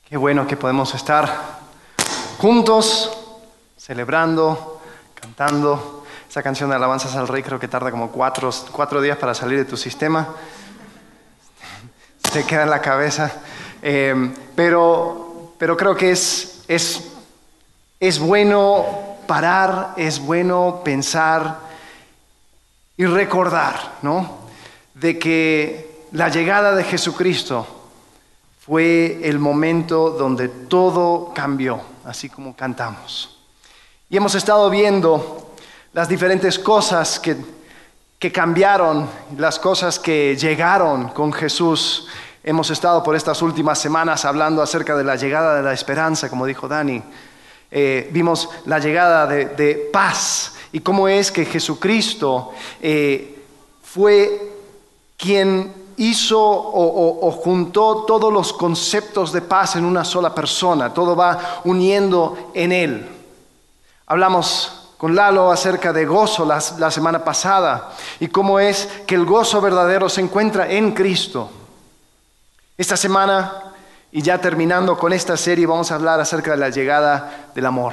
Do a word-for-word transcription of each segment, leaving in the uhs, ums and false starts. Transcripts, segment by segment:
Qué bueno que podemos estar juntos, celebrando, cantando. Esa canción de Alabanzas al Rey creo que tarda como cuatro, cuatro días para salir de tu sistema. Se queda en la cabeza. Eh, pero, pero creo que es, es, es bueno parar, es bueno pensar y recordar, ¿no? De que la llegada de Jesucristo fue el momento donde todo cambió, así como cantamos. Y hemos estado viendo las diferentes cosas que, que cambiaron, las cosas que llegaron con Jesús. Hemos estado por estas últimas semanas hablando acerca de la llegada de la esperanza, como dijo Dani. Eh, vimos la llegada de, de paz y cómo es que Jesucristo eh, fue quien hizo o, o, o juntó todos los conceptos de paz en una sola persona. Todo va uniendo en Él. Hablamos con Lalo acerca de gozo la, la semana pasada y cómo es que el gozo verdadero se encuentra en Cristo. Esta semana, y ya terminando con esta serie, vamos a hablar acerca de la llegada del amor.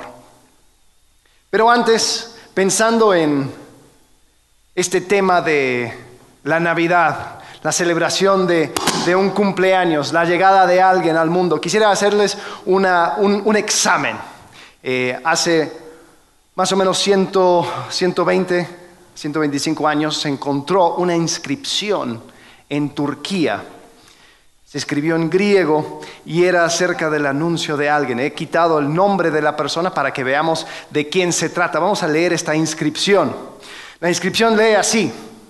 Pero antes, pensando en este tema de la Navidad, la celebración de, de un cumpleaños, la llegada de alguien al mundo, quisiera hacerles una, un, un examen. Eh, hace más o menos ciento veinte, ciento veinticinco años se encontró una inscripción en Turquía. Se escribió en griego y era acerca del anuncio de alguien. He quitado el nombre de la persona para que veamos de quién se trata. Vamos a leer esta inscripción. La inscripción lee así: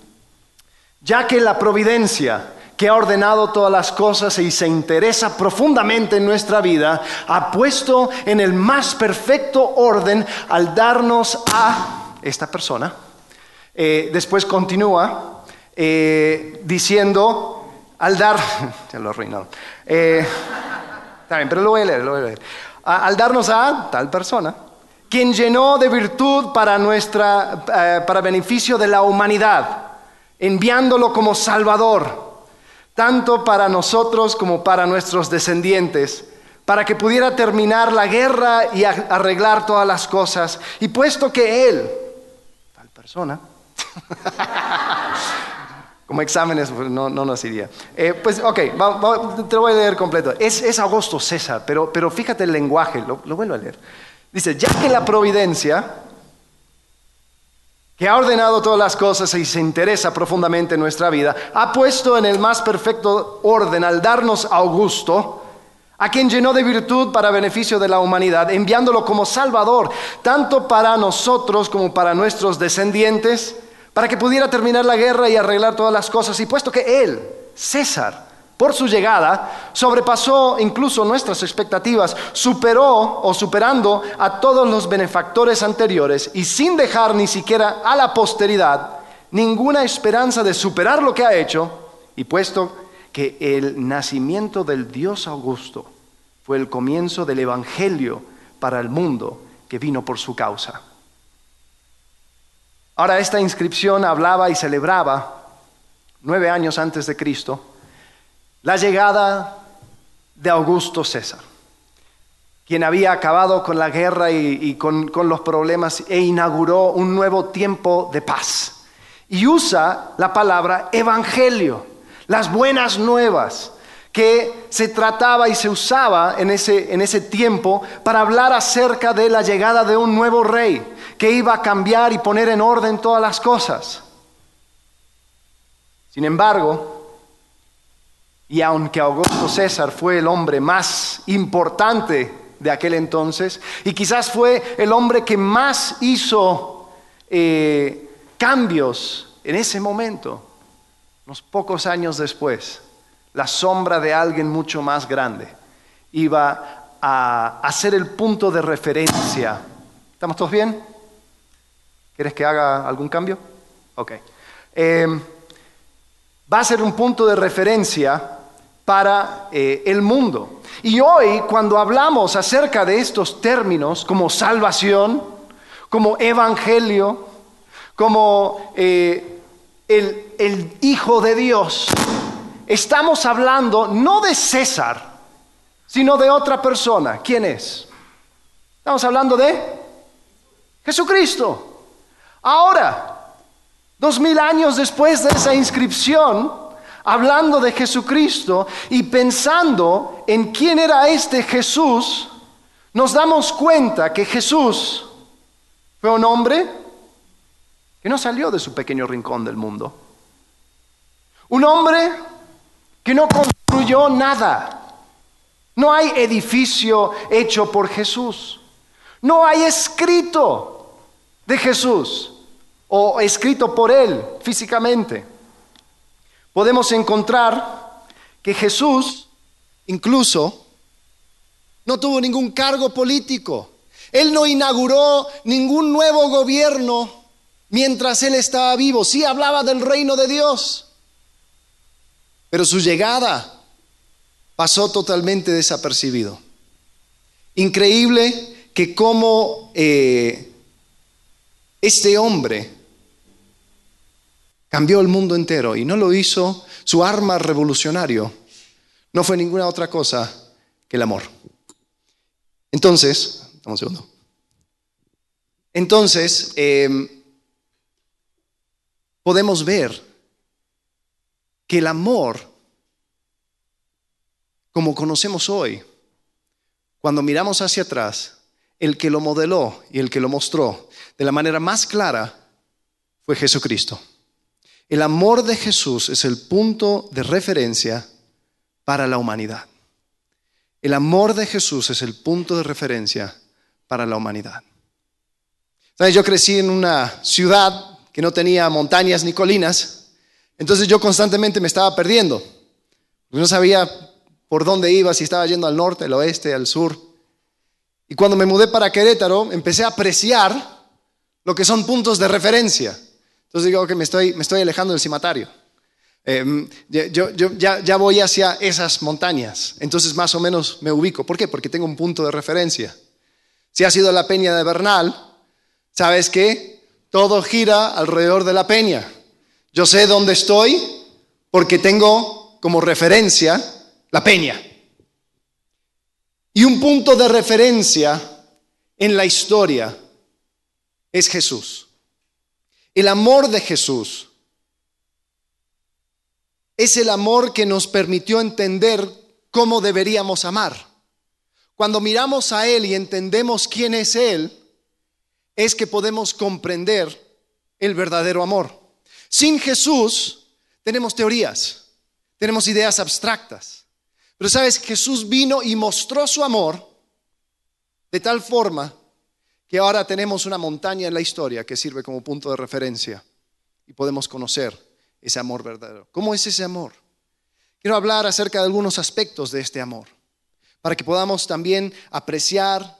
ya que la providencia que ha ordenado todas las cosas y se interesa profundamente en nuestra vida, ha puesto en el más perfecto orden al darnos a esta persona. Eh, después continúa eh, diciendo, al dar, ya lo arruinaron, eh, está bien, pero lo voy a leer, lo voy a leer. A, al darnos a tal persona, quien llenó de virtud para, nuestra, eh, para beneficio de la humanidad, enviándolo como Salvador, tanto para nosotros como para nuestros descendientes, para que pudiera terminar la guerra y arreglar todas las cosas. Y puesto que Él, tal persona, como exámenes no, no nos iría. Eh, pues ok, va, va, te lo voy a leer completo. Es, es Augusto César, pero, pero fíjate el lenguaje, lo, lo vuelvo a leer. Dice, ya que la providencia que ha ordenado todas las cosas y se interesa profundamente en nuestra vida, ha puesto en el más perfecto orden al darnos a Augusto, a quien llenó de virtud para beneficio de la humanidad, enviándolo como Salvador, tanto para nosotros como para nuestros descendientes, para que pudiera terminar la guerra y arreglar todas las cosas. Y puesto que él, César, por su llegada, sobrepasó incluso nuestras expectativas, superó o superando a todos los benefactores anteriores y sin dejar ni siquiera a la posteridad ninguna esperanza de superar lo que ha hecho, y puesto que el nacimiento del Dios Augusto fue el comienzo del Evangelio para el mundo que vino por su causa. Ahora, esta inscripción hablaba y celebraba, nueve años antes de Cristo, la llegada de Augusto César, quien había acabado con la guerra y, y con, con los problemas e inauguró un nuevo tiempo de paz. Y usa la palabra evangelio, las buenas nuevas, que se trataba y se usaba en ese, en ese tiempo para hablar acerca de la llegada de un nuevo rey que iba a cambiar y poner en orden todas las cosas. Sin embargo, y aunque Augusto César fue el hombre más importante de aquel entonces, y quizás fue el hombre que más hizo eh, cambios en ese momento, unos pocos años después, la sombra de alguien mucho más grande iba a, a ser el punto de referencia. ¿Estamos todos bien? ¿Quieres que haga algún cambio? Ok. Eh, va a ser un punto de referencia para eh, el mundo. Y hoy, cuando hablamos acerca de estos términos como salvación, como evangelio, como eh, el, el Hijo de Dios, estamos hablando no de César, sino de otra persona. ¿Quién es? Estamos hablando de Jesucristo. Ahora, dos mil años después de esa inscripción, hablando de Jesucristo y pensando en quién era este Jesús, nos damos cuenta que Jesús fue un hombre que no salió de su pequeño rincón del mundo. Un hombre que no construyó nada. No hay edificio hecho por Jesús. No hay escrito de Jesús o escrito por Él físicamente. Podemos encontrar que Jesús incluso no tuvo ningún cargo político. Él no inauguró ningún nuevo gobierno mientras Él estaba vivo. Sí hablaba del reino de Dios, pero su llegada pasó totalmente desapercibido. Increíble que como eh, este hombre cambió el mundo entero, y no lo hizo, su arma revolucionario no fue ninguna otra cosa que el amor. Entonces, un segundo. Entonces, eh, podemos ver que el amor, como conocemos hoy, cuando miramos hacia atrás, el que lo modeló y el que lo mostró de la manera más clara fue Jesucristo. El amor de Jesús es el punto de referencia para la humanidad. El amor de Jesús es el punto de referencia para la humanidad. ¿Sabes? Yo crecí en una ciudad que no tenía montañas ni colinas, entonces yo constantemente me estaba perdiendo. No sabía por dónde iba, si estaba yendo al norte, al oeste, al sur. Y cuando me mudé para Querétaro, empecé a apreciar lo que son puntos de referencia. Entonces digo que me estoy, me estoy alejando del cimatario. Eh, yo yo ya, ya voy hacia esas montañas, entonces más o menos me ubico. ¿Por qué? Porque tengo un punto de referencia. Si has ido a la Peña de Bernal, sabes que todo gira alrededor de la peña. Yo sé dónde estoy porque tengo como referencia la peña. Y un punto de referencia en la historia es Jesús. El amor de Jesús es el amor que nos permitió entender cómo deberíamos amar. Cuando miramos a Él y entendemos quién es Él, es que podemos comprender el verdadero amor. Sin Jesús tenemos teorías, tenemos ideas abstractas. Pero sabes, Jesús vino y mostró su amor de tal forma que ahora tenemos una montaña en la historia que sirve como punto de referencia y podemos conocer ese amor verdadero. ¿Cómo es ese amor? Quiero hablar acerca de algunos aspectos de este amor para que podamos también apreciar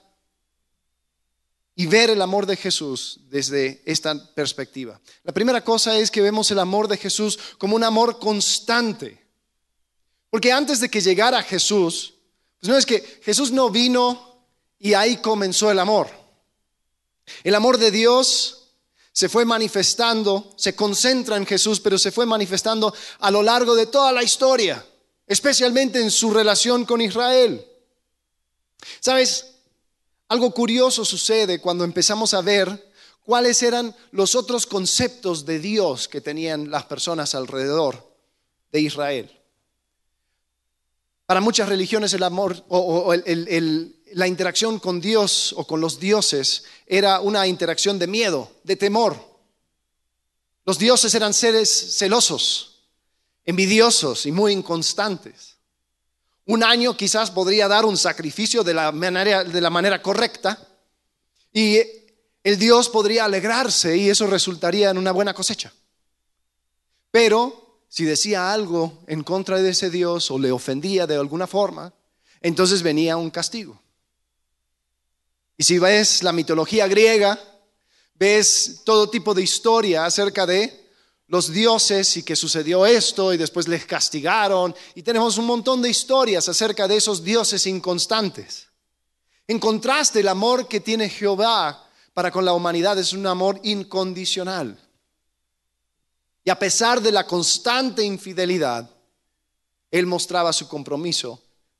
y ver el amor de Jesús desde esta perspectiva. La primera cosa es que vemos el amor de Jesús como un amor constante. Porque antes de que llegara Jesús, pues no es que Jesús no vino y ahí comenzó el amor. El amor de Dios se fue manifestando, se concentra en Jesús, pero se fue manifestando a lo largo de toda la historia, especialmente en su relación con Israel. ¿Sabes? Algo curioso sucede cuando empezamos a ver cuáles eran los otros conceptos de Dios que tenían las personas alrededor de Israel. Para muchas religiones el amor o, o el, el, el, la interacción con Dios o con los dioses era una interacción de miedo, de temor. Los dioses eran seres celosos, envidiosos y muy inconstantes. Un año quizás podría dar un sacrificio de la manera, de la manera correcta y el Dios podría alegrarse y eso resultaría en una buena cosecha. Pero si decía algo en contra de ese Dios o le ofendía de alguna forma, entonces venía un castigo. Y si ves la mitología griega, ves todo tipo de historia acerca de los dioses y que sucedió esto y después les castigaron. Y tenemos un montón de historias acerca de esos dioses inconstantes. En contraste, el amor que tiene Jehová para con la humanidad es un amor incondicional. Y a pesar de la constante infidelidad, Él mostraba su compromiso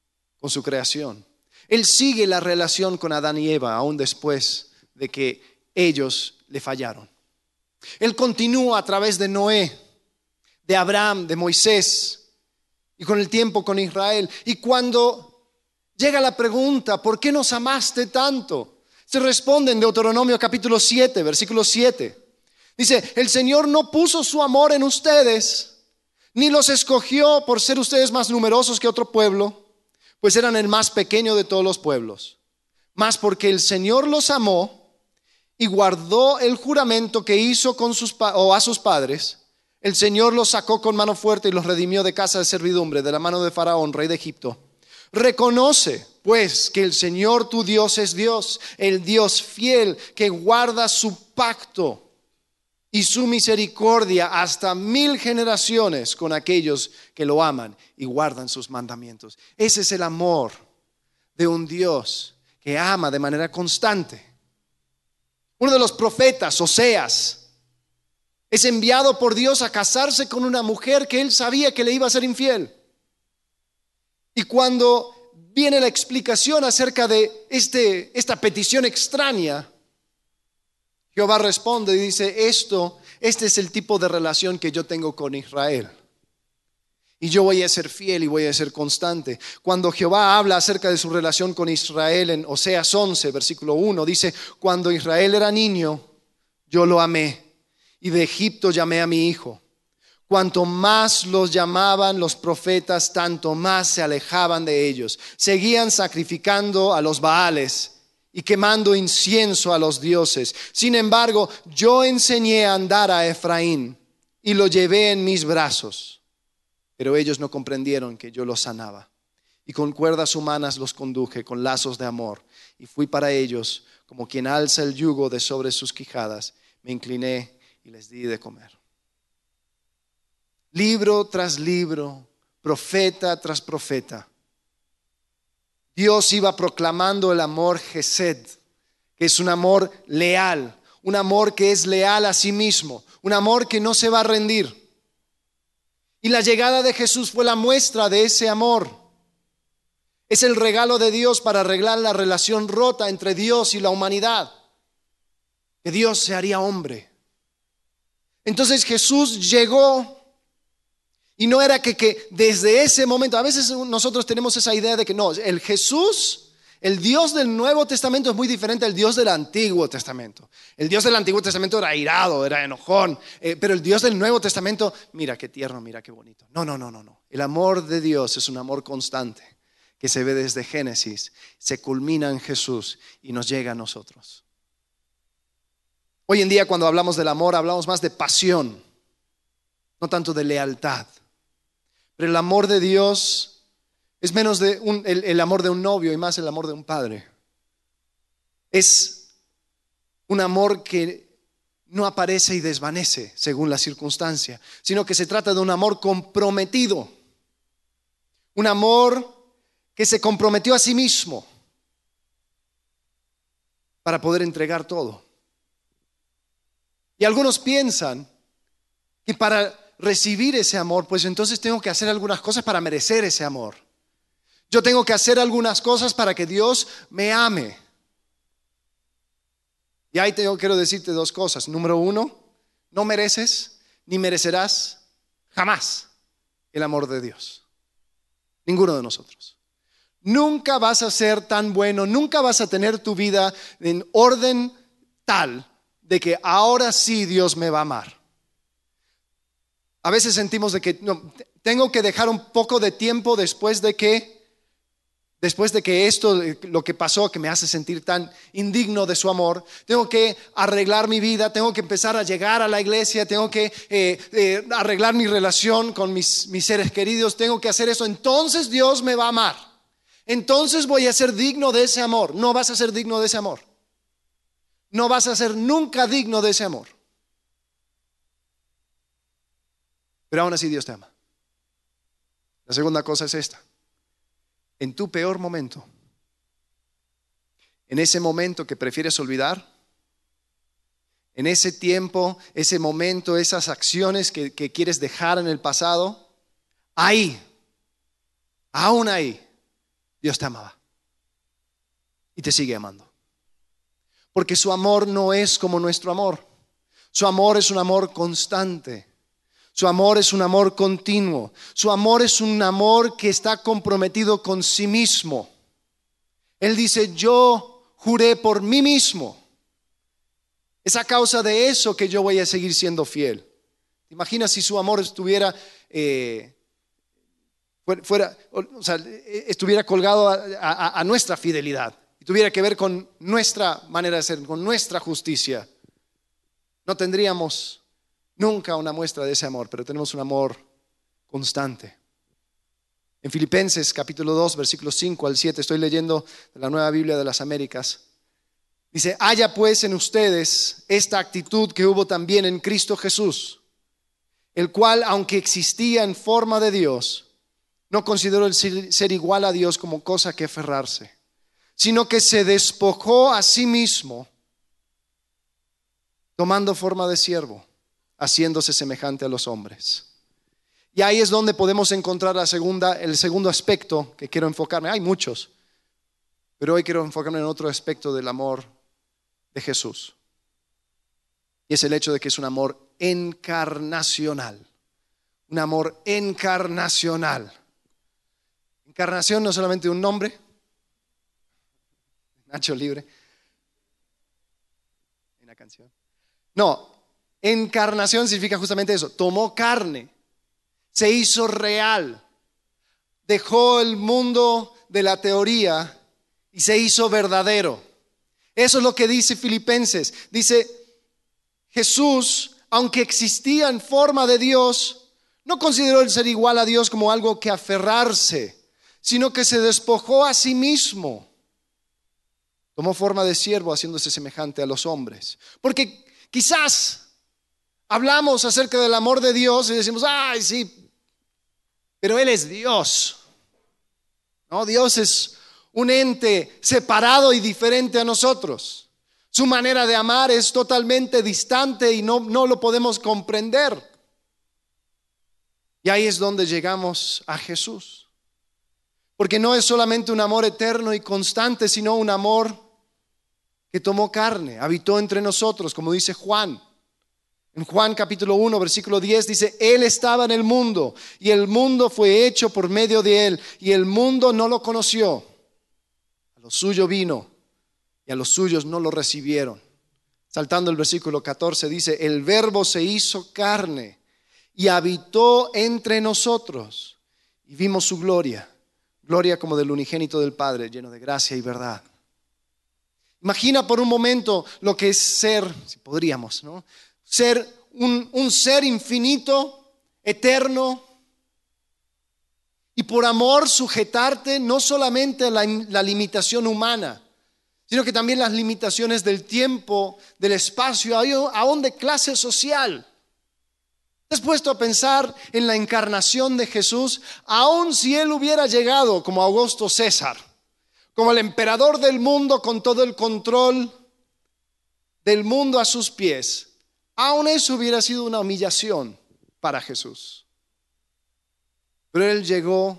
con su creación. Él sigue la relación con Adán y Eva aún después de que ellos le fallaron. Él continúa a través de Noé, de Abraham, de Moisés y con el tiempo con Israel. Y cuando llega la pregunta, ¿por qué nos amaste tanto? Se responde en Deuteronomio capítulo siete, versículo siete. Dice, el Señor no puso su amor en ustedes, ni los escogió por ser ustedes más numerosos que otro pueblo, pues eran el más pequeño de todos los pueblos, mas porque el Señor los amó y guardó el juramento que hizo con sus pa- o a sus padres. El Señor los sacó con mano fuerte y los redimió de casa de servidumbre, de la mano de Faraón, rey de Egipto. Reconoce, pues, que el Señor tu Dios es Dios, el Dios fiel que guarda su pacto y su misericordia hasta mil generaciones con aquellos que lo aman y guardan sus mandamientos. Ese es el amor de un Dios que ama de manera constante. Uno de los profetas, Oseas, es enviado por Dios a casarse con una mujer que él sabía que le iba a ser infiel. Y cuando viene la explicación acerca de este, esta petición extraña, Jehová responde y dice, esto, este es el tipo de relación que yo tengo con Israel. Y yo voy a ser fiel y voy a ser constante. Cuando Jehová habla acerca de su relación con Israel en Oseas once, versículo uno, dice, cuando Israel era niño, yo lo amé y de Egipto llamé a mi hijo. Cuanto más los llamaban los profetas, tanto más se alejaban de ellos. Seguían sacrificando a los Baales y quemando incienso a los dioses. Sin embargo, yo enseñé a andar a Efraín y lo llevé en mis brazos. Pero ellos no comprendieron que yo los sanaba. Y con cuerdas humanas los conduje, con lazos de amor. Y fui para ellos como quien alza el yugo de sobre sus quijadas. Me incliné y les di de comer. Libro tras libro, profeta tras profeta, Dios iba proclamando el amor Gesed, que es un amor leal, un amor que es leal a sí mismo, un amor que no se va a rendir. Y la llegada de Jesús fue la muestra de ese amor. Es el regalo de Dios para arreglar la relación rota entre Dios y la humanidad, que Dios se haría hombre. Entonces Jesús llegó. Y no era que, que desde ese momento, a veces nosotros tenemos esa idea de que no, el Jesús, el Dios del Nuevo Testamento es muy diferente al Dios del Antiguo Testamento. El Dios del Antiguo Testamento era irado, era enojón, eh, pero el Dios del Nuevo Testamento, mira qué tierno, mira qué bonito. No, no, no, no, no. El amor de Dios es un amor constante que se ve desde Génesis, se culmina en Jesús y nos llega a nosotros. Hoy en día cuando hablamos del amor hablamos más de pasión, no tanto de lealtad. Pero el amor de Dios es menos de un, el, el amor de un novio y más el amor de un padre. Es un amor que no aparece y desvanece según la circunstancia, sino que se trata de un amor comprometido. Un amor que se comprometió a sí mismo para poder entregar todo. Y algunos piensan que para recibir ese amor, pues entonces tengo que hacer algunas cosas para merecer ese amor. Yo tengo que hacer algunas cosas para que Dios me ame. Y ahí tengo, quiero decirte dos cosas. Número uno, no mereces ni merecerás jamás el amor de Dios. Ninguno de nosotros. Nunca vas a ser tan bueno, nunca vas a tener tu vida en orden tal de que ahora sí Dios me va a amar. A veces sentimos de que no, tengo que dejar un poco de tiempo después de que después de que esto, lo que pasó, que me hace sentir tan indigno de su amor, tengo que arreglar mi vida, tengo que empezar a llegar a la iglesia, tengo que eh, eh, arreglar mi relación con mis, mis seres queridos, tengo que hacer eso, entonces Dios me va a amar, entonces voy a ser digno de ese amor. No vas a ser digno de ese amor, no vas a ser nunca digno de ese amor. Pero aún así Dios te ama. La segunda cosa es esta. En tu peor momento, en ese momento que prefieres olvidar, en ese tiempo, ese momento, esas acciones que, que quieres dejar en el pasado, ahí, aún ahí, Dios te amaba y te sigue amando. Porque su amor no es como nuestro amor. Su amor es un amor constante. Su amor es un amor continuo. Su amor es un amor que está comprometido con sí mismo. Él dice, yo juré por mí mismo. Es a causa de eso que yo voy a seguir siendo fiel. ¿Te imaginas si su amor estuviera, eh, fuera, o sea, estuviera colgado a, a, a nuestra fidelidad y tuviera que ver con nuestra manera de ser, con nuestra justicia? No tendríamos nunca una muestra de ese amor, pero tenemos un amor constante. En Filipenses capítulo dos, versículos cinco al siete, estoy leyendo de la Nueva Biblia de las Américas. Dice, haya pues en ustedes esta actitud que hubo también en Cristo Jesús, el cual, aunque existía en forma de Dios, no consideró el ser igual a Dios como cosa que aferrarse, sino que se despojó a sí mismo, tomando forma de siervo, haciéndose semejante a los hombres. Y ahí es donde podemos encontrar la segunda, el segundo aspecto que quiero enfocarme. Hay muchos, pero hoy quiero enfocarme en otro aspecto del amor de Jesús. Y es el hecho de que es un amor encarnacional. Un amor encarnacional. Encarnación no es solamente un nombre. Nacho Libre. Una canción. No, encarnación significa justamente eso. Tomó carne, se hizo real, dejó el mundo de la teoría y se hizo verdadero. Eso es lo que dice Filipenses. Dice, Jesús, aunque existía en forma de Dios, no consideró el ser igual a Dios como algo que aferrarse, sino que se despojó a sí mismo. Tomó forma de siervo, haciéndose semejante a los hombres. Porque quizás hablamos acerca del amor de Dios y decimos, ay, sí, pero Él es Dios. No, Dios es un ente separado y diferente a nosotros. Su manera de amar es totalmente distante y no, no lo podemos comprender. Y ahí es donde llegamos a Jesús. Porque no es solamente un amor eterno y constante, sino un amor que tomó carne, habitó entre nosotros, como dice Juan. En Juan capítulo uno, versículo diez dice, Él estaba en el mundo y el mundo fue hecho por medio de Él y el mundo no lo conoció. A lo suyo vino y a los suyos no lo recibieron. Saltando el versículo catorce dice, el verbo se hizo carne y habitó entre nosotros y vimos su gloria, gloria como del unigénito del Padre, lleno de gracia y verdad. Imagina por un momento lo que es ser, si podríamos, ¿no? Ser un, un ser infinito, eterno, y por amor sujetarte no solamente a la, la limitación humana, sino que también las limitaciones del tiempo, del espacio, aún de clase social. ¿Te has puesto a pensar en la encarnación de Jesús? Aun si Él hubiera llegado como Augusto César, como el emperador del mundo con todo el control del mundo a sus pies, aún eso hubiera sido una humillación para Jesús. Pero Él llegó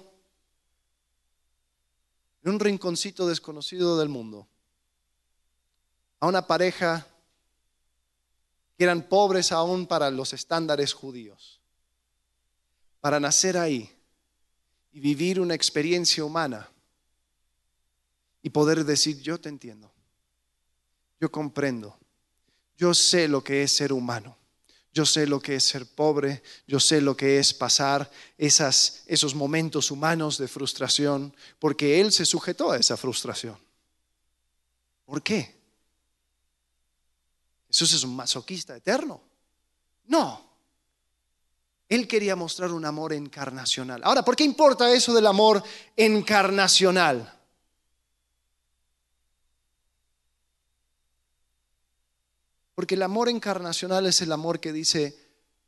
en un rinconcito desconocido del mundo a una pareja que eran pobres aún para los estándares judíos, para nacer ahí y vivir una experiencia humana y poder decir, yo te entiendo, yo comprendo. Yo sé lo que es ser humano, yo sé lo que es ser pobre, yo sé lo que es pasar esas, esos momentos humanos de frustración, porque Él se sujetó a esa frustración. ¿Por qué? ¿Jesús es un masoquista eterno? No. Él quería mostrar un amor encarnacional. Ahora, ¿por qué importa eso del amor encarnacional? Porque el amor encarnacional es el amor que dice,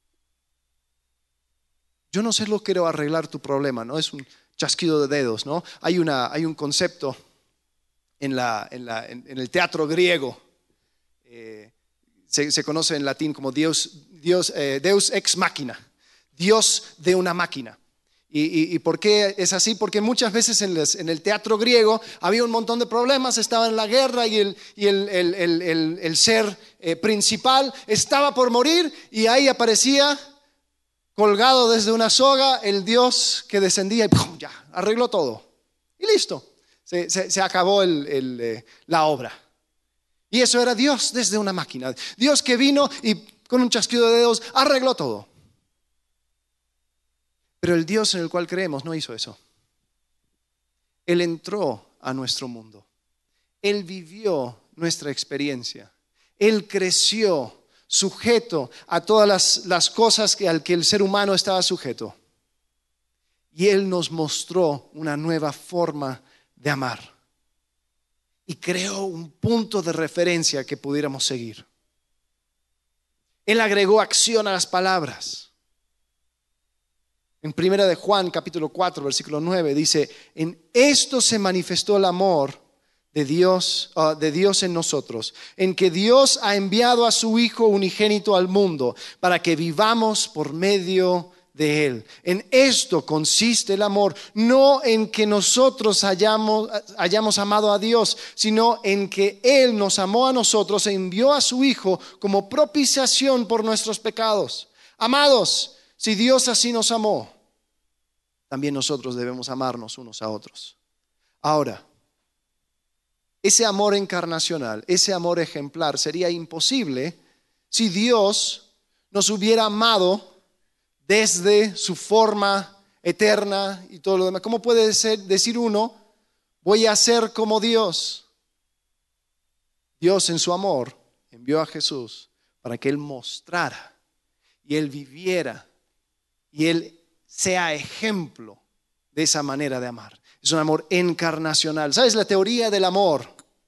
yo no sé lo que quiero arreglar tu problema, no es un chasquido de dedos, ¿no? Hay, una, hay un concepto en, la, en, la, en, en el teatro griego, eh, se, se conoce en latín como Dios, Dios, eh, Deus ex machina, Dios de una máquina. ¿Y, y, y por qué es así? Porque muchas veces en, les, en el teatro griego había un montón de problemas, estaba en la guerra y el, y el, el, el, el, el ser eh, principal estaba por morir y ahí aparecía colgado desde una soga el Dios que descendía y ¡pum! Ya, arregló todo. Y listo, se, se, se acabó el, el, eh, la obra. Y eso era Dios desde una máquina. Dios que vino y con un chasquido de dedos arregló todo. Pero el Dios en el cual creemos no hizo eso. Él entró a nuestro mundo. Él vivió nuestra experiencia. Él creció sujeto a todas las, las cosas que, al que el ser humano estaba sujeto. Y Él nos mostró una nueva forma de amar. Y creó un punto de referencia que pudiéramos seguir. Él agregó acción a las palabras. En primera de Juan, capítulo cuatro, versículo nueve, dice, en esto se manifestó el amor de Dios, uh, de Dios en nosotros, en que Dios ha enviado a su Hijo unigénito al mundo para que vivamos por medio de Él. En esto consiste el amor, no en que nosotros hayamos, hayamos amado a Dios, sino en que Él nos amó a nosotros e envió a su Hijo como propiciación por nuestros pecados. Amados, si Dios así nos amó, también nosotros debemos amarnos unos a otros. Ahora, ese amor encarnacional, ese amor ejemplar sería imposible si Dios nos hubiera amado desde su forma eterna y todo lo demás. ¿Cómo puede ser, decir uno, voy a ser como Dios? Dios en su amor envió a Jesús para que Él mostrara y Él viviera y Él sea ejemplo de esa manera de amar. Es un amor encarnacional. ¿Sabes? La teoría del amor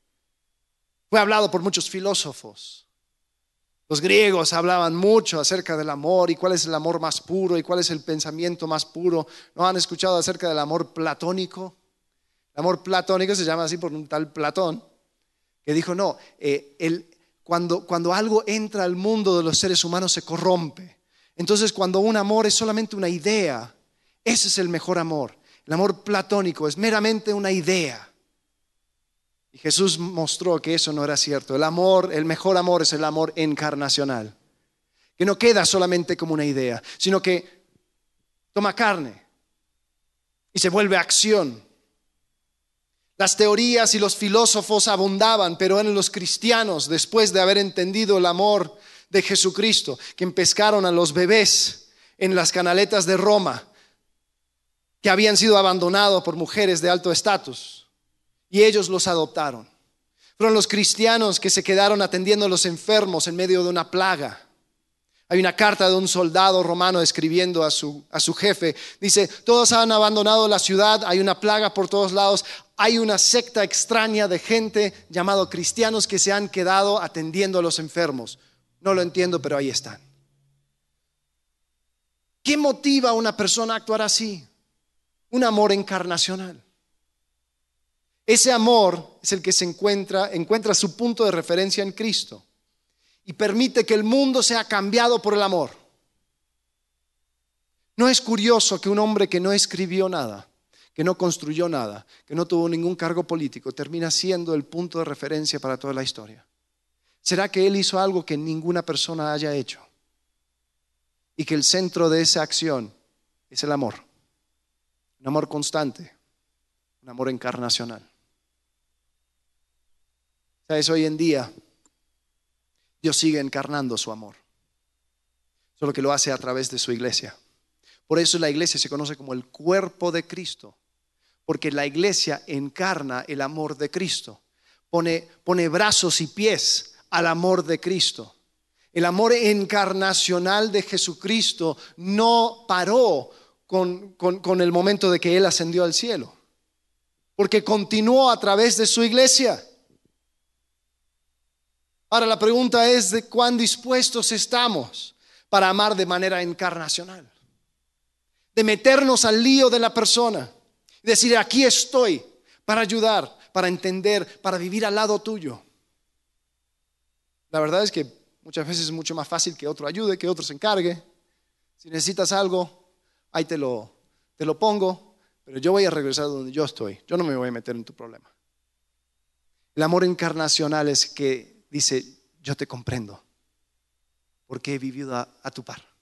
fue hablado por muchos filósofos. Los griegos hablaban mucho acerca del amor y cuál es el amor más puro y cuál es el pensamiento más puro. ¿No han escuchado acerca del amor platónico? El amor platónico se llama así por un tal Platón, que dijo, no, eh, el, cuando, cuando algo entra al mundo de los seres humanos se corrompe. Entonces, cuando un amor es solamente una idea, ese es el mejor amor. El amor platónico es meramente una idea. Y Jesús mostró que eso no era cierto. El amor, el mejor amor es el amor encarnacional, que no queda solamente como una idea, sino que toma carne y se vuelve acción. Las teorías y los filósofos abundaban, pero eran los cristianos, después de haber entendido el amor de Jesucristo, que pescaron a los bebés en las canaletas de Roma, que habían sido abandonados por mujeres de alto estatus, y ellos los adoptaron. Fueron los cristianos que se quedaron atendiendo a los enfermos en medio de una plaga. Hay una carta de un soldado romano escribiendo a su, a su jefe. Dice, todos han abandonado la ciudad, hay una plaga por todos lados, hay una secta extraña de gente llamado cristianos que se han quedado atendiendo a los enfermos. No lo entiendo, pero ahí están. ¿Qué motiva a una persona a actuar así? Un amor encarnacional. Ese amor es el que se encuentra, encuentra su punto de referencia en Cristo y permite que el mundo sea cambiado por el amor. ¿No es curioso que un hombre que no escribió nada, que no construyó nada, que no tuvo ningún cargo político, termina siendo el punto de referencia para toda la historia? ¿Será que él hizo algo que ninguna persona haya hecho? Y que el centro de esa acción es el amor. Un amor constante, un amor encarnacional. ¿Sabes? Hoy en día Dios sigue encarnando su amor, solo que lo hace a través de su iglesia. Por eso la iglesia se conoce como el cuerpo de Cristo, porque la iglesia encarna el amor de Cristo, pone, pone brazos y pies al amor de Cristo. El amor encarnacional de Jesucristo no paró con, con, con el momento de que Él ascendió al cielo, porque continuó a través de su iglesia. Ahora la pregunta es de cuán dispuestos estamos para amar de manera encarnacional, de meternos al lío de la persona, decir aquí estoy para ayudar, para entender, para vivir al lado tuyo. La verdad es que muchas veces es mucho más fácil que otro ayude, que otro se encargue. Si necesitas algo, ahí te lo, te lo pongo, pero yo voy a regresar donde yo estoy. Yo no me voy a meter en tu problema. El amor encarnacional es que dice, yo te comprendo, porque he vivido a, a tu par.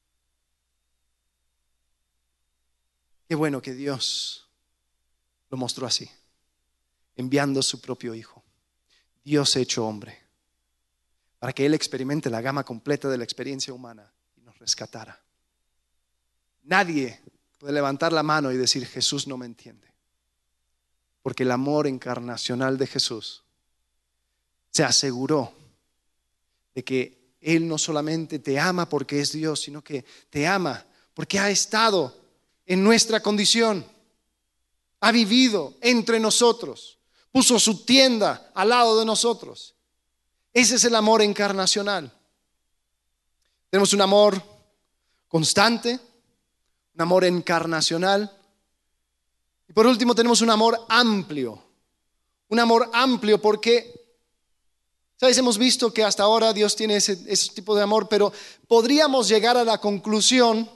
Qué bueno que Dios lo mostró así, enviando a su propio Hijo, Dios hecho hombre, para que Él experimente la gama completa de la experiencia humana y nos rescatara. Nadie puede levantar la mano y decir, Jesús no me entiende, porque el amor encarnacional de Jesús se aseguró de que Él no solamente te ama porque es Dios, sino que te ama porque ha estado en nuestra condición, ha vivido entre nosotros, puso su tienda al lado de nosotros. Ese es el amor encarnacional. Tenemos un amor constante, un amor encarnacional, y por último tenemos un amor amplio. Un amor amplio porque, ¿sabes? Hemos visto que hasta ahora Dios tiene ese, ese tipo de amor, pero podríamos llegar a la conclusión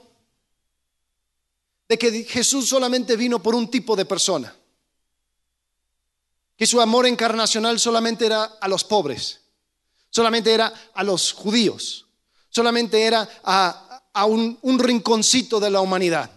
de que Jesús solamente vino por un tipo de persona, que su amor encarnacional solamente era a los pobres, solamente era a los judíos, solamente era a, a un, un rinconcito de la humanidad.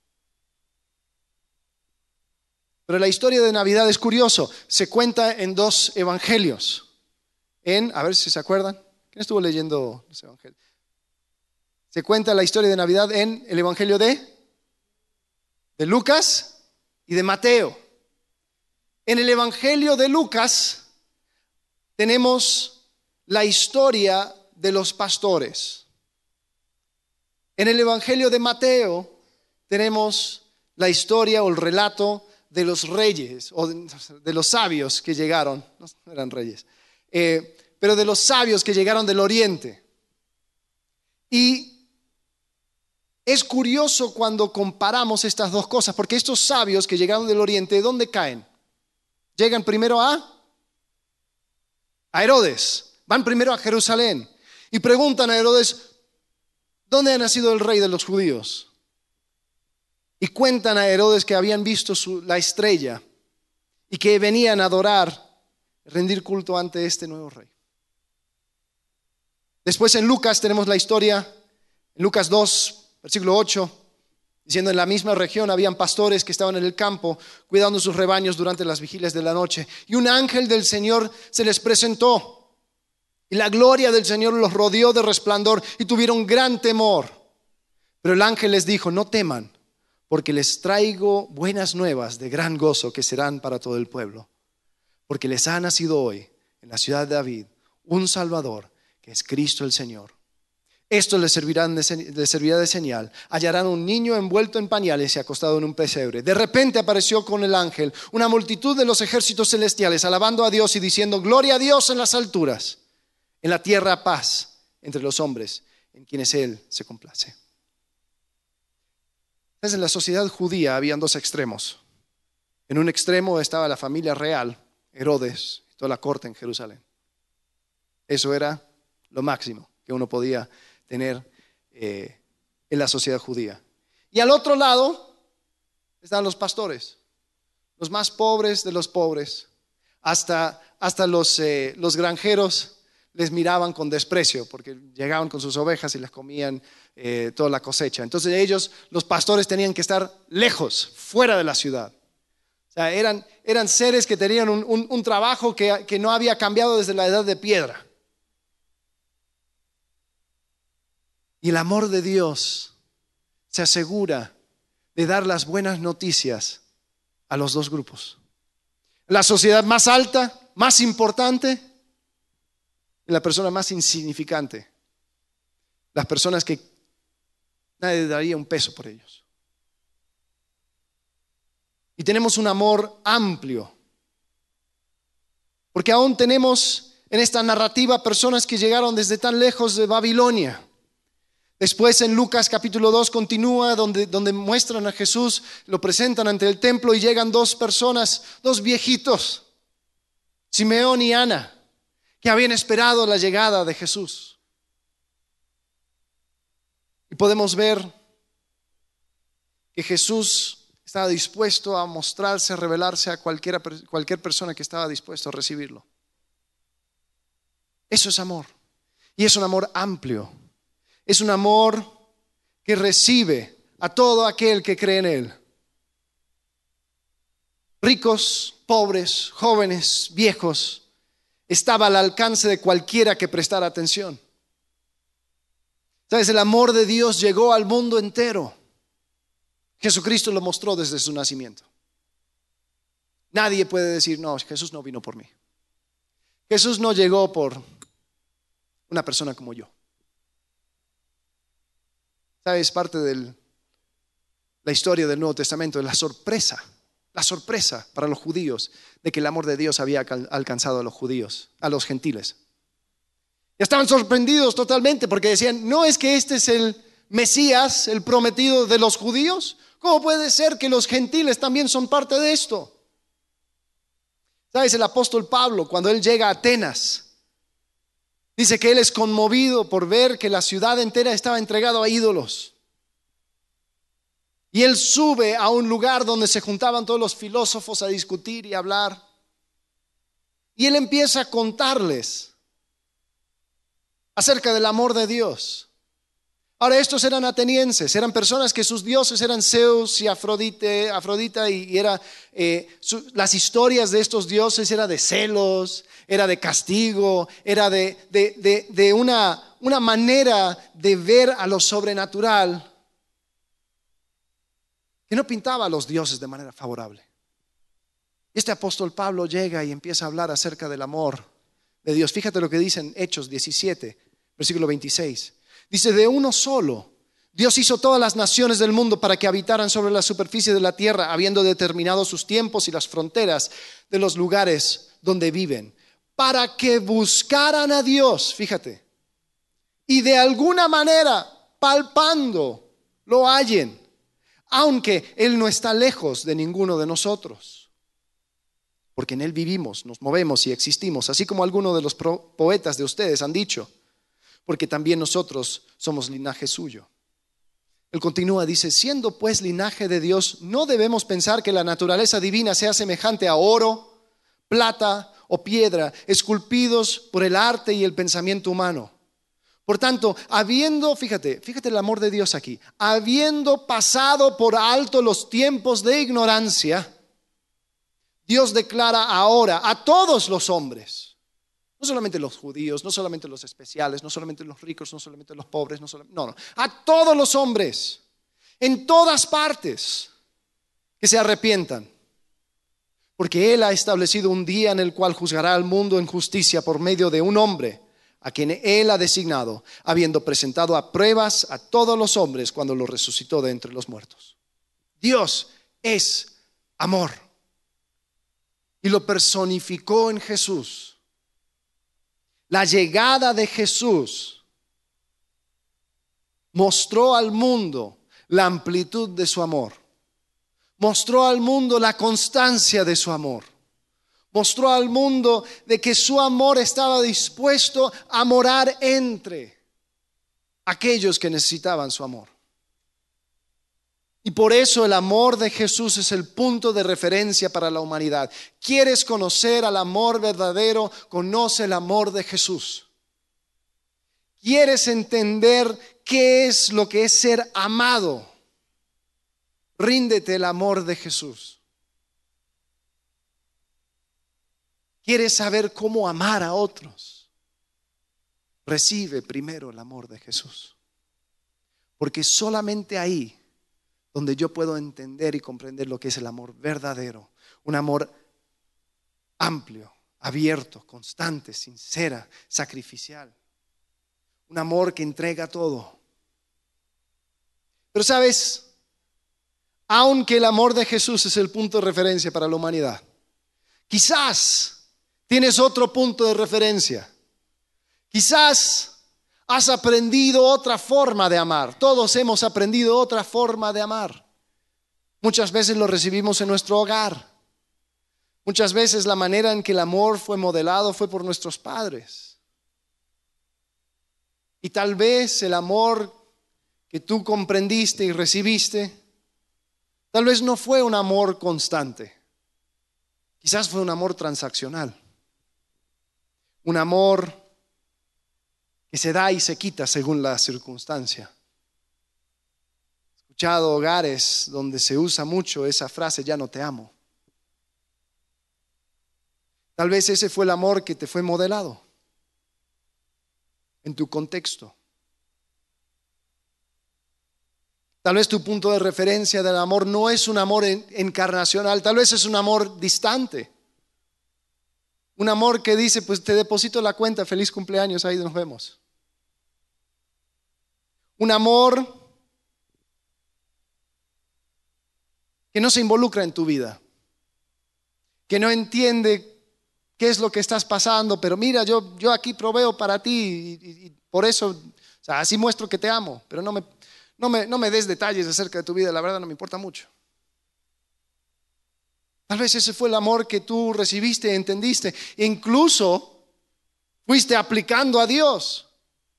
Pero la historia de Navidad es curioso, se cuenta en dos evangelios. En, a ver si se acuerdan, ¿quién estuvo leyendo los evangelios? Se cuenta la historia de Navidad en el evangelio de de Lucas y de Mateo. En el evangelio de Lucas tenemos la historia de los pastores. En el evangelio de Mateo tenemos la historia o el relato de los reyes o de, de los sabios que llegaron, no eran reyes, eh, pero de los sabios que llegaron del oriente. Y es curioso cuando comparamos estas dos cosas, porque estos sabios que llegaron del oriente, ¿dónde caen? Llegan primero a, a Herodes, van primero a Jerusalén y preguntan a Herodes, ¿dónde ha nacido el rey de los judíos? Y cuentan a Herodes que habían visto su, la estrella y que venían a adorar, rendir culto ante este nuevo rey. Después en Lucas tenemos la historia, en Lucas dos, versículo ocho, diciendo, en la misma región habían pastores que estaban en el campo cuidando sus rebaños durante las vigilias de la noche, y un ángel del Señor se les presentó y la gloria del Señor los rodeó de resplandor y tuvieron gran temor. Pero el ángel les dijo, no teman, porque les traigo buenas nuevas de gran gozo que serán para todo el pueblo, porque les ha nacido hoy en la ciudad de David un Salvador, que es Cristo el Señor. Esto les, servirán de, les servirá de señal. Hallarán un niño envuelto en pañales y acostado en un pesebre. De repente apareció con el ángel una multitud de los ejércitos celestiales, alabando a Dios y diciendo, gloria a Dios en las alturas, en la tierra paz entre los hombres, en quienes Él se complace. En la sociedad judía habían dos extremos. En un extremo estaba la familia real, Herodes, y toda la corte en Jerusalén. Eso era lo máximo que uno podía tener eh, en la sociedad judía. Y al otro lado están los pastores, los más pobres de los pobres. Hasta, hasta los, eh, los granjeros les miraban con desprecio porque llegaban con sus ovejas y les comían eh, toda la cosecha. Entonces ellos, los pastores, tenían que estar lejos, fuera de la ciudad. O sea, eran, eran seres que tenían un, un, un trabajo que, que no había cambiado desde la edad de piedra. Y el amor de Dios se asegura de dar las buenas noticias a los dos grupos. La sociedad más alta, más importante, y la persona más insignificante. Las personas que nadie daría un peso por ellos. Y tenemos un amor amplio, porque aún tenemos en esta narrativa personas que llegaron desde tan lejos de Babilonia. Después en Lucas capítulo dos continúa donde, donde muestran a Jesús, lo presentan ante el templo y llegan dos personas, dos viejitos, Simeón y Ana, que habían esperado la llegada de Jesús. Y podemos ver que Jesús estaba dispuesto a mostrarse, a revelarse a cualquiera, cualquier persona que estaba dispuesto a recibirlo. Eso es amor. Y es un amor amplio. Es un amor que recibe a todo aquel que cree en Él. Ricos, pobres, jóvenes, viejos, estaba al alcance de cualquiera que prestara atención. ¿Sabes? El amor de Dios llegó al mundo entero. Jesucristo lo mostró desde su nacimiento. Nadie puede decir, no, Jesús no vino por mí. Jesús no llegó por una persona como yo. ¿Sabes? Parte de la historia del Nuevo Testamento es la sorpresa, la sorpresa para los judíos de que el amor de Dios había alcanzado a los judíos, a los gentiles. Ya estaban sorprendidos totalmente porque decían, ¿no es que este es el Mesías, el prometido de los judíos? ¿Cómo puede ser que los gentiles también son parte de esto? ¿Sabes? El apóstol Pablo, cuando él llega a Atenas, dice que él es conmovido por ver que la ciudad entera estaba entregada a ídolos. Y él sube a un lugar donde se juntaban todos los filósofos a discutir y hablar. Y él empieza a contarles acerca del amor de Dios. Ahora, estos eran atenienses, eran personas que sus dioses eran Zeus y Afrodite, Afrodita y, y era, eh, su, las historias de estos dioses era de celos, era de castigo, era de, de, de, de una, una manera de ver a lo sobrenatural que no pintaba a los dioses de manera favorable. Este apóstol Pablo llega y empieza a hablar acerca del amor de Dios. Fíjate lo que dice en Hechos diecisiete, versículo veintiséis. Dice, de uno solo, Dios hizo todas las naciones del mundo para que habitaran sobre la superficie de la tierra, habiendo determinado sus tiempos y las fronteras de los lugares donde viven, para que buscaran a Dios, fíjate, y de alguna manera, palpando, lo hallen, aunque Él no está lejos de ninguno de nosotros. Porque en Él vivimos, nos movemos y existimos, así como algunos de los poetas de ustedes han dicho, porque también nosotros somos linaje suyo. Él continúa, dice, siendo pues linaje de Dios, no debemos pensar que la naturaleza divina sea semejante a oro, plata o piedra, esculpidos por el arte y el pensamiento humano. Por tanto, habiendo, fíjate, fíjate el amor de Dios aquí, habiendo pasado por alto los tiempos de ignorancia, Dios declara ahora a todos los hombres, no solamente los judíos, no solamente los especiales, no solamente los ricos, no solamente los pobres, no, solamente, no, no, a todos los hombres, en todas partes, que se arrepientan. Porque Él ha establecido un día en el cual juzgará al mundo en justicia por medio de un hombre, a quien Él ha designado, habiendo presentado a pruebas a todos los hombres cuando los resucitó de entre los muertos. Dios es amor. Y lo personificó en Jesús. La llegada de Jesús mostró al mundo la amplitud de su amor. Mostró al mundo la constancia de su amor. Mostró al mundo de que su amor estaba dispuesto a morar entre aquellos que necesitaban su amor. Y por eso el amor de Jesús es el punto de referencia para la humanidad. ¿Quieres conocer al amor verdadero? Conoce el amor de Jesús. ¿Quieres entender qué es lo que es ser amado? Ríndete el amor de Jesús. ¿Quieres saber cómo amar a otros? Recibe primero el amor de Jesús. Porque solamente ahí donde yo puedo entender y comprender lo que es el amor verdadero, un amor amplio, abierto, constante, sincera, sacrificial, un amor que entrega todo. Pero sabes, aunque el amor de Jesús es el punto de referencia para la humanidad, quizás tienes otro punto de referencia. Quizás has aprendido otra forma de amar. Todos hemos aprendido otra forma de amar. Muchas veces lo recibimos en nuestro hogar. Muchas veces la manera en que el amor fue modelado fue por nuestros padres. Y tal vez el amor que tú comprendiste y recibiste Tal vez no fue un amor constante. Quizás fue un amor transaccional. Un amor que se da y se quita según la circunstancia. He escuchado hogares donde se usa mucho esa frase, ya no te amo. Tal vez ese fue el amor que te fue modelado en tu contexto. Tal vez tu punto de referencia del amor no es un amor encarnacional, tal vez es un amor distante. Un amor que dice, pues te deposito la cuenta, feliz cumpleaños, ahí nos vemos. Un amor que no se involucra en tu vida, que no entiende qué es lo que estás pasando, pero mira, yo, yo aquí proveo para ti y, y, y por eso, o sea, así muestro que te amo, pero no me... No me, no me des detalles acerca de tu vida, la verdad no me importa mucho. Tal vez ese fue el amor que tú recibiste, entendiste, e incluso fuiste aplicando a Dios.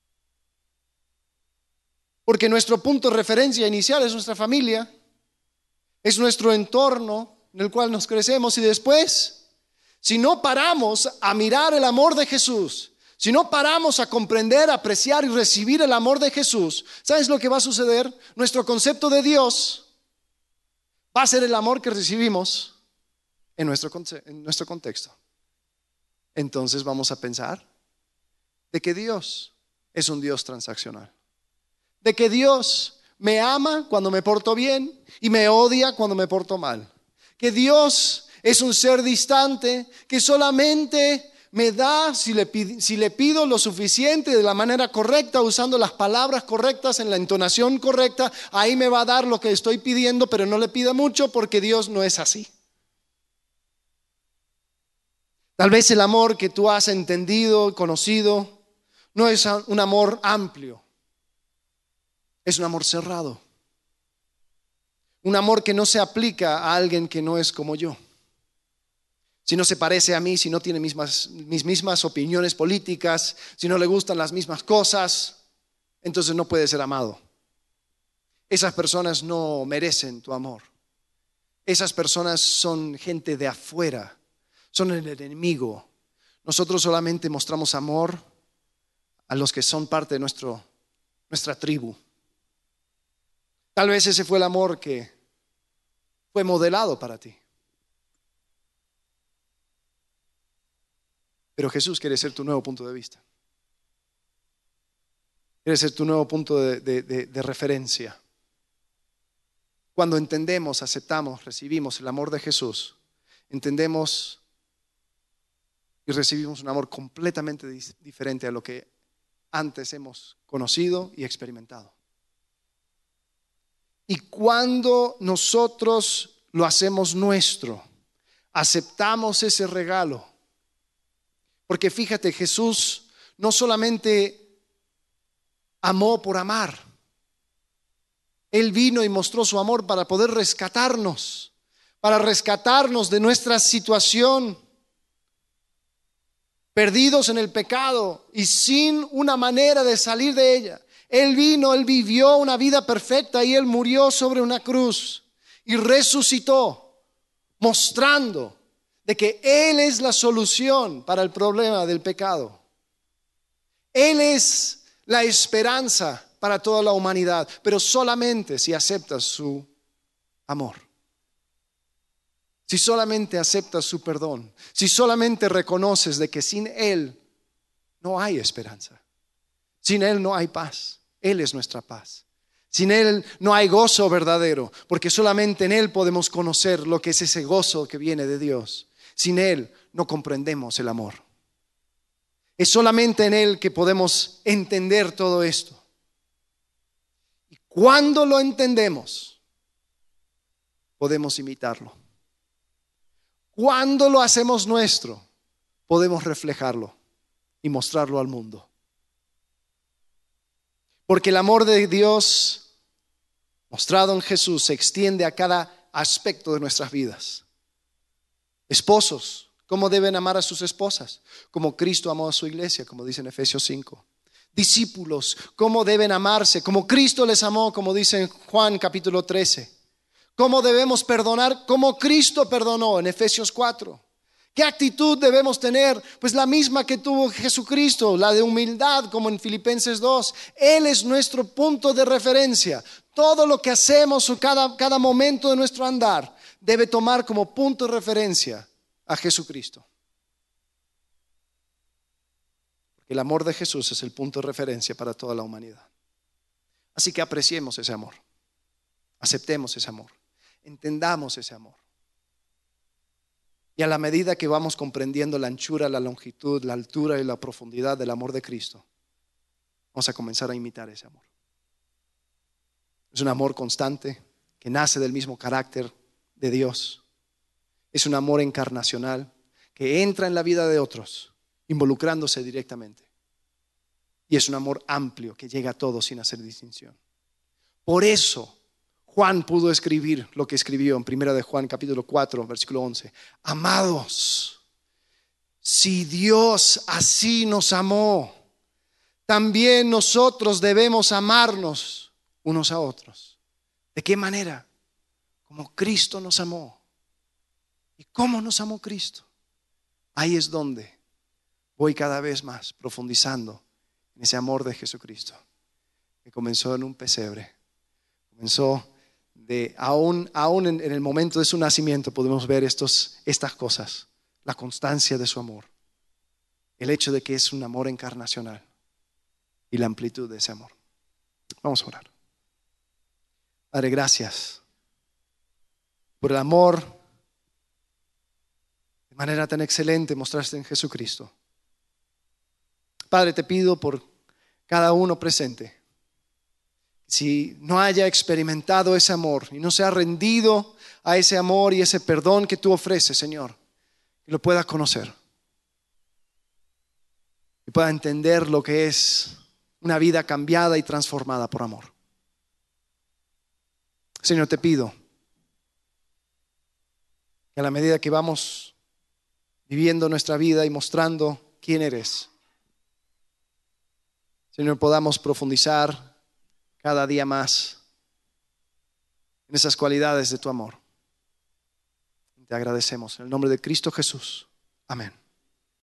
Porque nuestro punto de referencia inicial es nuestra familia, es nuestro entorno en el cual nos crecemos y después, si no paramos a mirar el amor de Jesús, si no paramos a comprender, apreciar y recibir el amor de Jesús, ¿sabes lo que va a suceder? Nuestro concepto de Dios va a ser el amor que recibimos en nuestro, en nuestro contexto. Entonces vamos a pensar de que Dios es un Dios transaccional. De que Dios me ama cuando me porto bien y me odia cuando me porto mal. Que Dios es un ser distante que solamente me da si le, pido, si le pido lo suficiente de la manera correcta, usando las palabras correctas, en la entonación correcta, ahí me va a dar lo que estoy pidiendo, pero no le pida mucho porque Dios no es así. Tal vez el amor que tú has entendido, conocido, no es un amor amplio, es un amor cerrado. Un amor que no se aplica a alguien que no es como yo. Si no se parece a mí, si no tiene mismas, mis mismas opiniones políticas, si no le gustan las mismas cosas, entonces no puede ser amado. Esas personas no merecen tu amor. Esas personas son gente de afuera, son el enemigo. Nosotros solamente mostramos amor a los que son parte de nuestro, nuestra tribu. Tal vez ese fue el amor que fue modelado para ti. Pero Jesús quiere ser tu nuevo punto de vista. Quiere ser tu nuevo punto de, de, de, de referencia. Cuando entendemos, aceptamos, recibimos el amor de Jesús, entendemos y recibimos un amor completamente diferente a lo que antes hemos conocido y experimentado. Y cuando nosotros lo hacemos nuestro, aceptamos ese regalo. Porque fíjate, Jesús no solamente amó por amar. Él vino y mostró su amor para poder rescatarnos, para rescatarnos de nuestra situación, perdidos en el pecado y sin una manera de salir de ella. Él vino, Él vivió una vida perfecta y Él murió sobre una cruz y resucitó, mostrando de que Él es la solución para el problema del pecado. Él es la esperanza para toda la humanidad, pero solamente si aceptas su amor. Si solamente aceptas su perdón, si solamente reconoces de que sin Él no hay esperanza, sin Él no hay paz, Él es nuestra paz. Sin Él no hay gozo verdadero, porque solamente en Él podemos conocer lo que es ese gozo que viene de Dios. Sin Él no comprendemos el amor. Es solamente en Él que podemos entender todo esto. Y cuando lo entendemos, podemos imitarlo. Cuando lo hacemos nuestro, podemos reflejarlo y mostrarlo al mundo. Porque el amor de Dios mostrado en Jesús se extiende a cada aspecto de nuestras vidas. Esposos, ¿cómo deben amar a sus esposas? Como Cristo amó a su iglesia, como dice en Efesios cinco. Discípulos, ¿cómo deben amarse? Como Cristo les amó, como dice en Juan capítulo trece. ¿Cómo debemos perdonar? Como Cristo perdonó en Efesios cuatro. ¿Qué actitud debemos tener? Pues la misma que tuvo Jesucristo, la de humildad, como en Filipenses dos. Él es nuestro punto de referencia. Todo lo que hacemos o cada, cada momento de nuestro andar debe tomar como punto de referencia a Jesucristo. Porque el amor de Jesús es el punto de referencia para toda la humanidad. Así que apreciemos ese amor, aceptemos ese amor, entendamos ese amor. Y a la medida que vamos comprendiendo la anchura, la longitud, la altura y la profundidad del amor de Cristo, vamos a comenzar a imitar ese amor. Es un amor constante que nace del mismo carácter de Dios. Es un amor encarnacional que entra en la vida de otros, involucrándose directamente. Y es un amor amplio que llega a todos sin hacer distinción. Por eso Juan pudo escribir lo que escribió en primera de Juan capítulo cuatro versículo once. Amados, si Dios así nos amó, también nosotros debemos amarnos unos a otros. ¿De qué manera? Como Cristo nos amó. ¿Y cómo nos amó Cristo? Ahí es donde voy cada vez más profundizando en ese amor de Jesucristo, que comenzó en un pesebre, comenzó de aún, aún en, en el momento de su nacimiento podemos ver estos, estas cosas, la constancia de su amor, el hecho de que es un amor encarnacional y la amplitud de ese amor. Vamos a orar. Padre, gracias por el amor de manera tan excelente mostraste en Jesucristo. Padre, te pido por cada uno presente, si no haya experimentado ese amor y no se ha rendido a ese amor y ese perdón que tú ofreces, Señor, que lo pueda conocer y pueda entender lo que es una vida cambiada y transformada por amor. Señor, te pido que a la medida que vamos viviendo nuestra vida y mostrando quién eres, Señor, podamos profundizar cada día más en esas cualidades de tu amor. Te agradecemos en el nombre de Cristo Jesús. Amén.